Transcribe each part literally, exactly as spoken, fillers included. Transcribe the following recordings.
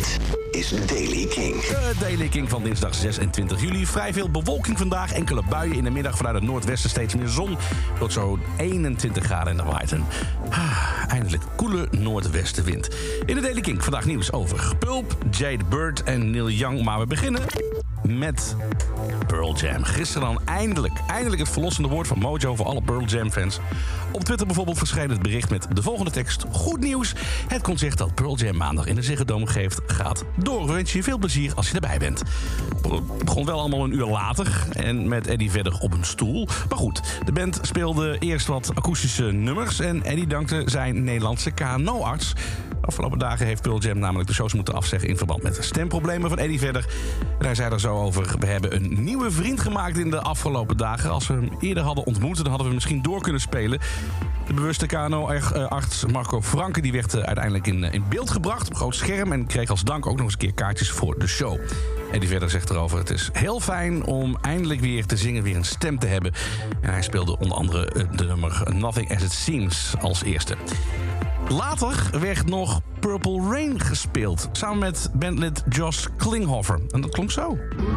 Dit is Daily King. De Daily King van dinsdag zesentwintig juli. Vrij veel bewolking vandaag. Enkele buien in de middag vanuit het noordwesten. Steeds meer zon. Tot zo'n eenentwintig graden en de waait een ah, eindelijk koele noordwestenwind. In de Daily King vandaag nieuws over Pulp, Jade Bird en Neil Young. Maar we beginnen met Pearl Jam. Gisteren dan eindelijk, eindelijk het verlossende woord van Mojo voor alle Pearl Jam fans. Op Twitter bijvoorbeeld verscheen het bericht met de volgende tekst. Goed nieuws, het concert dat Pearl Jam maandag in de Ziggo Dome geeft gaat door. We wensen je veel plezier als je erbij bent. Het begon wel allemaal een uur later en met Eddie verder op een stoel. Maar goed, de band speelde eerst wat akoestische nummers en Eddie dankte zijn Nederlandse K N O-arts. De afgelopen dagen heeft Pearl Jam namelijk de shows moeten afzeggen in verband met de stemproblemen van Eddie verder. En hij zei er zo over: we hebben een nieuwe vriend gemaakt in de afgelopen dagen. Als we hem eerder hadden ontmoet, dan hadden we misschien door kunnen spelen. De bewuste K N O-arts Marco Franke die werd uiteindelijk in, in beeld gebracht op groot scherm en kreeg als dank ook nog eens een keer kaartjes voor de show. Eddie verder zegt erover: het is heel fijn om eindelijk weer te zingen, weer een stem te hebben. En hij speelde onder andere de nummer Nothing As It Seems als eerste. Later werd nog Purple Rain gespeeld, samen met bandlid Josh Klinghoffer. En dat klonk zo.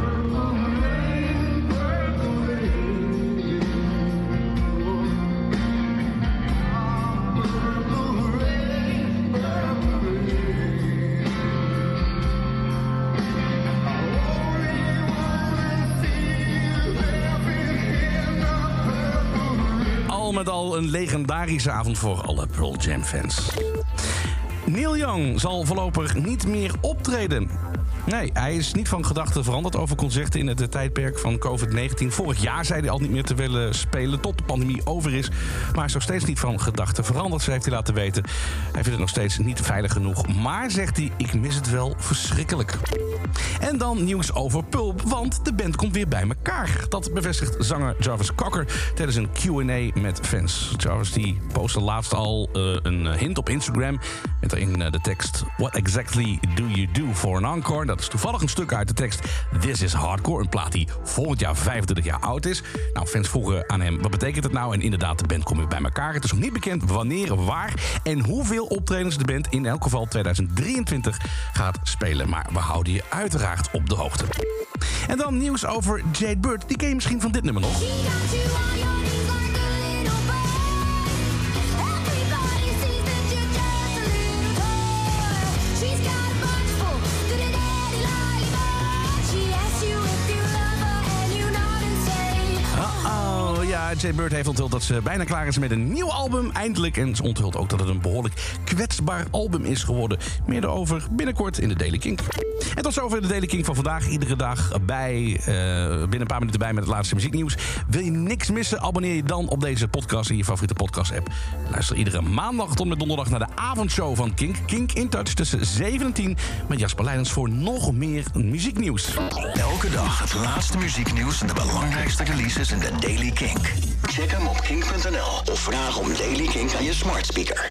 Al met al een legendarische avond voor alle Pearl Jam fans. Neil Young zal voorlopig niet meer optreden. Nee, hij is niet van gedachten veranderd over concerten in het tijdperk van covid negentien. Vorig jaar zei hij al niet meer te willen spelen tot de pandemie over is. Maar hij is nog steeds niet van gedachten veranderd, zo heeft hij laten weten. Hij vindt het nog steeds niet veilig genoeg. Maar, zegt hij, ik mis het wel verschrikkelijk. En dan nieuws over Pulp, want de band komt weer bij elkaar. Dat bevestigt zanger Jarvis Cocker tijdens een Q en A met fans. Jarvis die postte laatst al uh, een hint op Instagram met erin uh, de tekst: What exactly do you do for an encore? Dat is toevallig een stuk uit de tekst This is Hardcore, een plaat die volgend jaar vijfentwintig jaar oud is. Nou, fans vroegen aan hem: wat betekent het nou? En inderdaad, de band komt weer bij elkaar. Het is nog niet bekend wanneer, waar en hoeveel optredens de band in elk geval tweeduizend drieëntwintig gaat spelen. Maar we houden je uiteraard op de hoogte. En dan nieuws over Jade Bird. Die ken je misschien van dit nummer nog. Ja, Jade Bird heeft onthuld dat ze bijna klaar is met een nieuw album, eindelijk. En ze onthult ook dat het een behoorlijk kwetsbaar album is geworden. Meer erover binnenkort in de Daily King. En tot zover de Daily King van vandaag. Iedere dag bij, uh, binnen een paar minuten bij met het laatste muzieknieuws. Wil je niks missen? Abonneer je dan op deze podcast in je favoriete podcast-app. Luister iedere maandag tot met donderdag naar de avondshow van Kink. Kink in Touch tussen zeven en tien met Jasper Leidens voor nog meer muzieknieuws. Elke dag het laatste muzieknieuws en de belangrijkste releases in de Daily King. Check hem op kink punt n l of vraag om Daily King aan je smart speaker.